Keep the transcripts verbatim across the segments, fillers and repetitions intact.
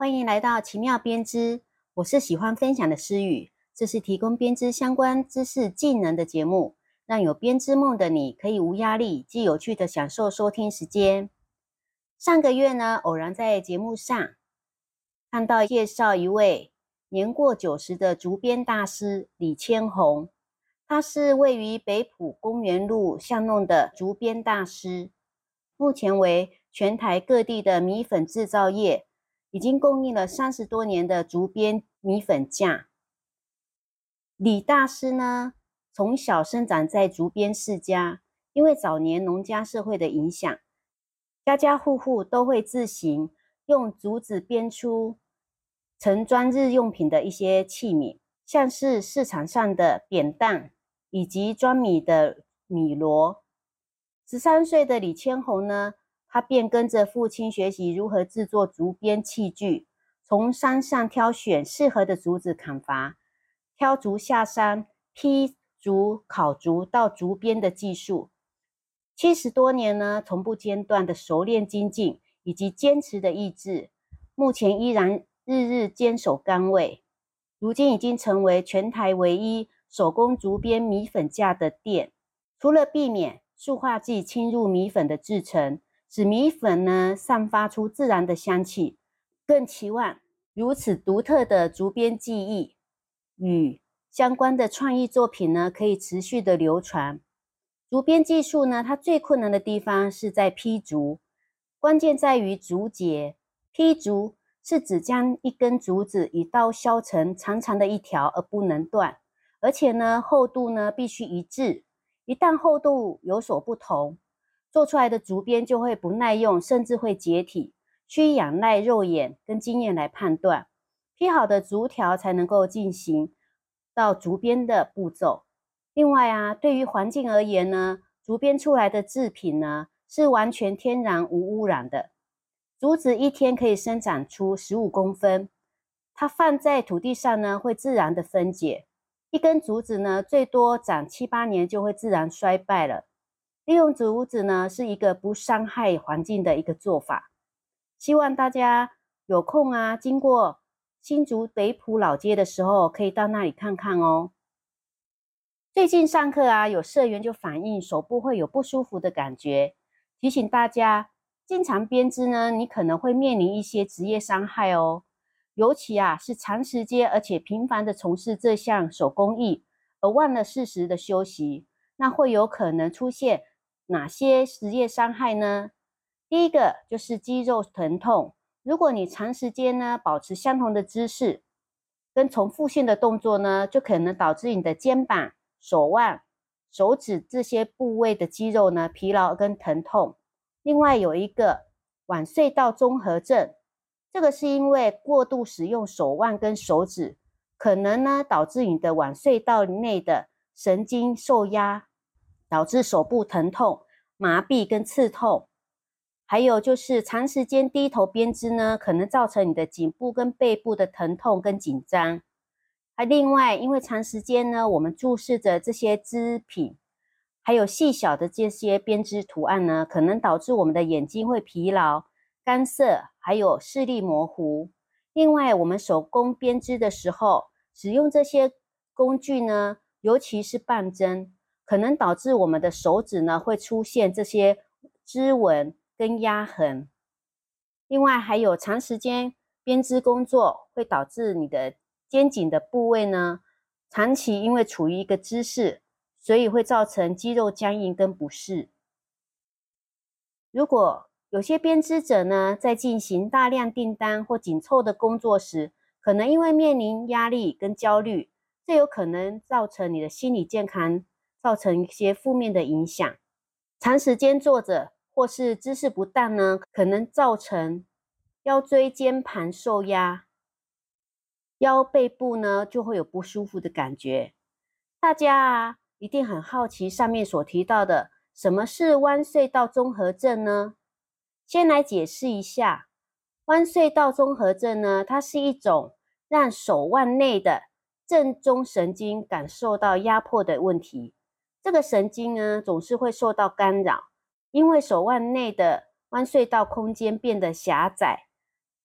欢迎来到奇妙编织，我是喜欢分享的诗雨，这是提供编织相关知识技能的节目，让有编织梦的你可以无压力既有趣的享受收听时间。上个月呢，偶然在节目上看到介绍一位年过九十的竹编大师李千红，他是位于北埔公园路巷弄的竹编大师，目前为全台各地的米粉制造业已经供应了三十多年的竹编米粉架。李大师呢，从小生长在竹编世家，因为早年农家社会的影响，家家户户都会自行用竹子编出盛装日用品的一些器皿，像是市场上的扁担以及装米的米箩。十三岁的李千红呢，他便跟着父亲学习如何制作竹编器具，从山上挑选适合的竹子砍伐，挑竹下山，劈竹、烤竹到竹编的技术。七十多年呢，从不间断的熟练精进以及坚持的意志，目前依然日日坚守岗位，如今已经成为全台唯一手工竹编米粉架的店。除了避免塑化剂侵入米粉的制成，使米粉呢散发出自然的香气，更期望如此独特的竹编技艺与相关的创意作品呢可以持续的流传。竹编技术呢，它最困难的地方是在劈竹，关键在于竹节。劈竹是指将一根竹子以刀削成长长的一条而不能断，而且呢厚度呢必须一致，一旦厚度有所不同，做出来的竹编就会不耐用，甚至会解体，需仰赖肉眼跟经验来判断，劈好的竹条才能够进行到竹编的步骤。另外啊，对于环境而言呢，竹编出来的制品呢是完全天然无污染的。竹子一天可以生长出十五公分，它放在土地上呢会自然的分解。一根竹子呢最多长七八年就会自然衰败了。利用竹子呢是一个不伤害环境的一个做法。希望大家有空啊，经过新竹北埔老街的时候，可以到那里看看哦。最近上课啊，有社员就反映手部会有不舒服的感觉，提醒大家，经常编织呢，你可能会面临一些职业伤害哦。尤其啊，是长时间而且频繁的从事这项手工艺，而忘了适时的休息，那会有可能出现哪些职业伤害呢？第一个就是肌肉疼痛，如果你长时间呢保持相同的姿势跟重复性的动作呢，就可能导致你的肩膀、手腕、手指这些部位的肌肉呢疲劳跟疼痛。另外有一个腕隧道综合症，这个是因为过度使用手腕跟手指，可能呢导致你的腕隧道内的神经受压，导致手部疼痛、麻痹跟刺痛。还有就是长时间低头编织呢，可能造成你的颈部跟背部的疼痛跟紧张。还另外，因为长时间呢，我们注视着这些织品，还有细小的这些编织图案呢，可能导致我们的眼睛会疲劳、干涩，还有视力模糊。另外，我们手工编织的时候，使用这些工具呢，尤其是棒针，可能导致我们的手指呢会出现这些织纹跟压痕。另外，还有长时间编织工作会导致你的肩颈的部位呢，长期因为处于一个姿势，所以会造成肌肉僵硬跟不适。如果有些编织者呢，在进行大量订单或紧凑的工作时，可能因为面临压力跟焦虑，这有可能造成你的心理健康造成一些负面的影响。长时间坐着或是姿势不当呢，可能造成腰椎间盘受压，腰背部呢就会有不舒服的感觉。大家啊，一定很好奇上面所提到的什么是弯隧道综合症呢？先来解释一下，弯隧道综合症呢，它是一种让手腕内的正中神经感受到压迫的问题。这个神经呢，总是会受到干扰，因为手腕内的弯隧道空间变得狭窄，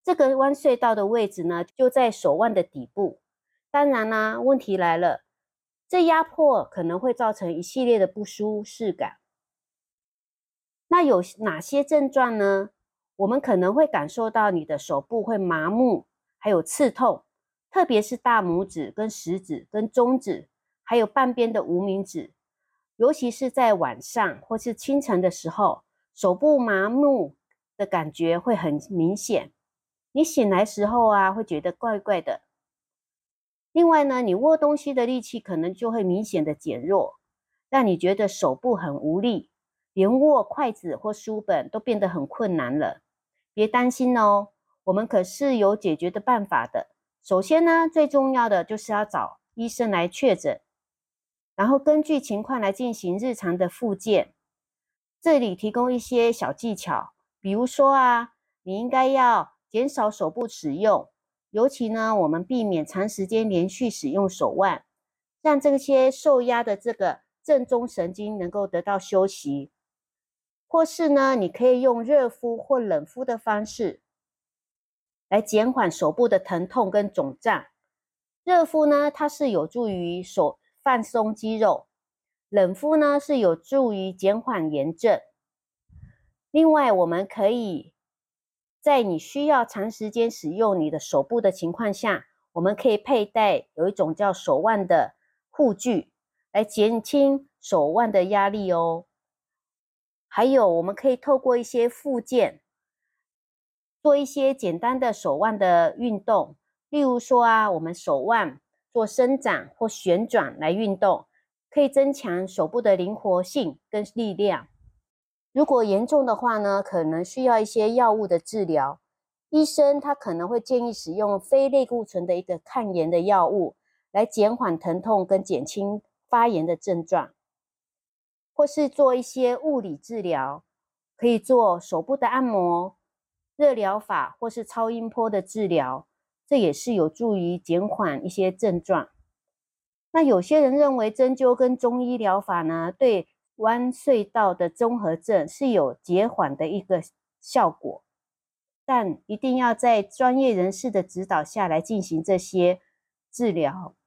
这个弯隧道的位置呢，就在手腕的底部。当然啦，问题来了，这压迫可能会造成一系列的不舒适感。那有哪些症状呢？我们可能会感受到你的手部会麻木，还有刺痛，特别是大拇指、跟食指、跟中指，还有半边的无名指，尤其是在晚上或是清晨的时候，手部麻木的感觉会很明显。你醒来时候啊，会觉得怪怪的。另外呢，你握东西的力气可能就会明显的减弱，让你觉得手部很无力，连握筷子或书本都变得很困难了。别担心哦，我们可是有解决的办法的。首先呢，最重要的就是要找医生来确诊，然后根据情况来进行日常的复健。这里提供一些小技巧，比如说啊，你应该要减少手部使用，尤其呢，我们避免长时间连续使用手腕，让这些受压的这个正中神经能够得到休息。或是呢，你可以用热敷或冷敷的方式来减缓手部的疼痛跟肿胀。热敷呢，它是有助于手放松肌肉；冷敷呢，是有助于减缓炎症。另外，我们可以在你需要长时间使用你的手部的情况下，我们可以佩戴有一种叫手腕的护具，来减轻手腕的压力哦。还有，我们可以透过一些复健，做一些简单的手腕的运动，例如说啊，我们手腕做伸展或旋转来运动，可以增强手部的灵活性跟力量。如果严重的话呢，可能需要一些药物的治疗。医生他可能会建议使用非类固醇的一个抗炎的药物，来减缓疼痛跟减轻发炎的症状。或是做一些物理治疗，可以做手部的按摩、热疗法或是超音波的治疗，这也是有助于减缓一些症状。那有些人认为针灸跟中医疗法呢，对弯隧道的综合症是有减缓的一个效果，但一定要在专业人士的指导下来进行这些治疗。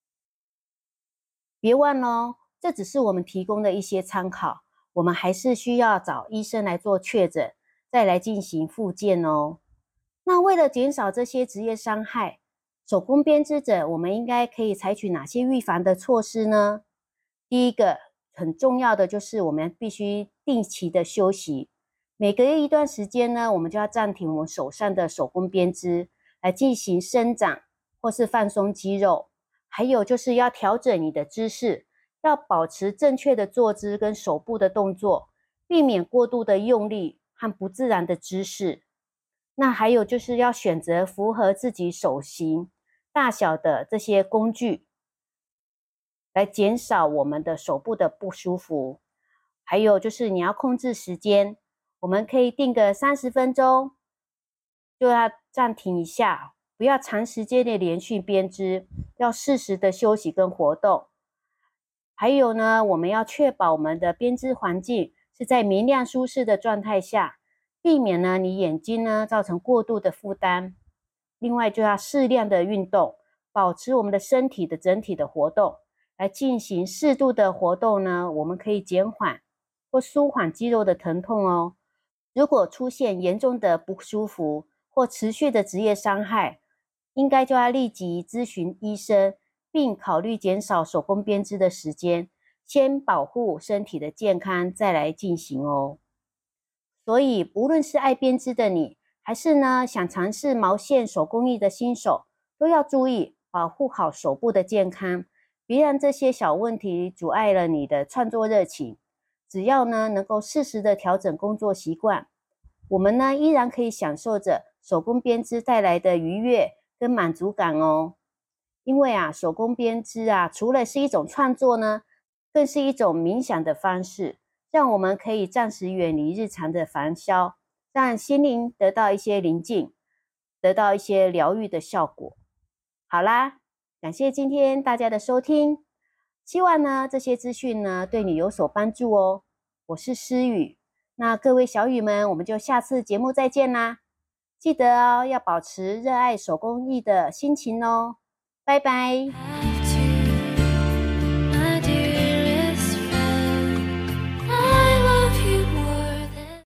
别忘了，这只是我们提供的一些参考，我们还是需要找医生来做确诊，再来进行复健哦。那为了减少这些职业伤害，手工编织者我们应该可以采取哪些预防的措施呢？第一个很重要的就是我们必须定期的休息，每隔一段时间呢，我们就要暂停我们手上的手工编织，来进行伸展或是放松肌肉。还有就是要调整你的姿势，要保持正确的坐姿跟手部的动作，避免过度的用力和不自然的姿势。那还有就是要选择符合自己手型大小的这些工具，来减少我们的手部的不舒服。还有就是你要控制时间，我们可以定个三十分钟，就要暂停一下，不要长时间的连续编织，要适时的休息跟活动。还有呢，我们要确保我们的编织环境是在明亮舒适的状态下，避免呢你眼睛呢造成过度的负担。另外就要适量的运动，保持我们的身体的整体的活动，来进行适度的活动呢，我们可以减缓或舒缓肌肉的疼痛哦。如果出现严重的不舒服或持续的职业伤害，应该就要立即咨询医生，并考虑减少手工编织的时间，先保护身体的健康，再来进行哦。所以，无论是爱编织的你，还是呢想尝试毛线手工艺的新手，都要注意保护好手部的健康，别让这些小问题阻碍了你的创作热情。只要呢能够适时的调整工作习惯，我们呢依然可以享受着手工编织带来的愉悦跟满足感哦。因为啊，手工编织啊，除了是一种创作呢，更是一种冥想的方式，让我们可以暂时远离日常的烦嚣，让心灵得到一些宁静，得到一些疗愈的效果。好啦，感谢今天大家的收听，希望呢这些资讯呢对你有所帮助哦。我是诗雨，那各位小雨们，我们就下次节目再见啦。 记得哦，要保持热爱手工艺的心情哦。拜拜。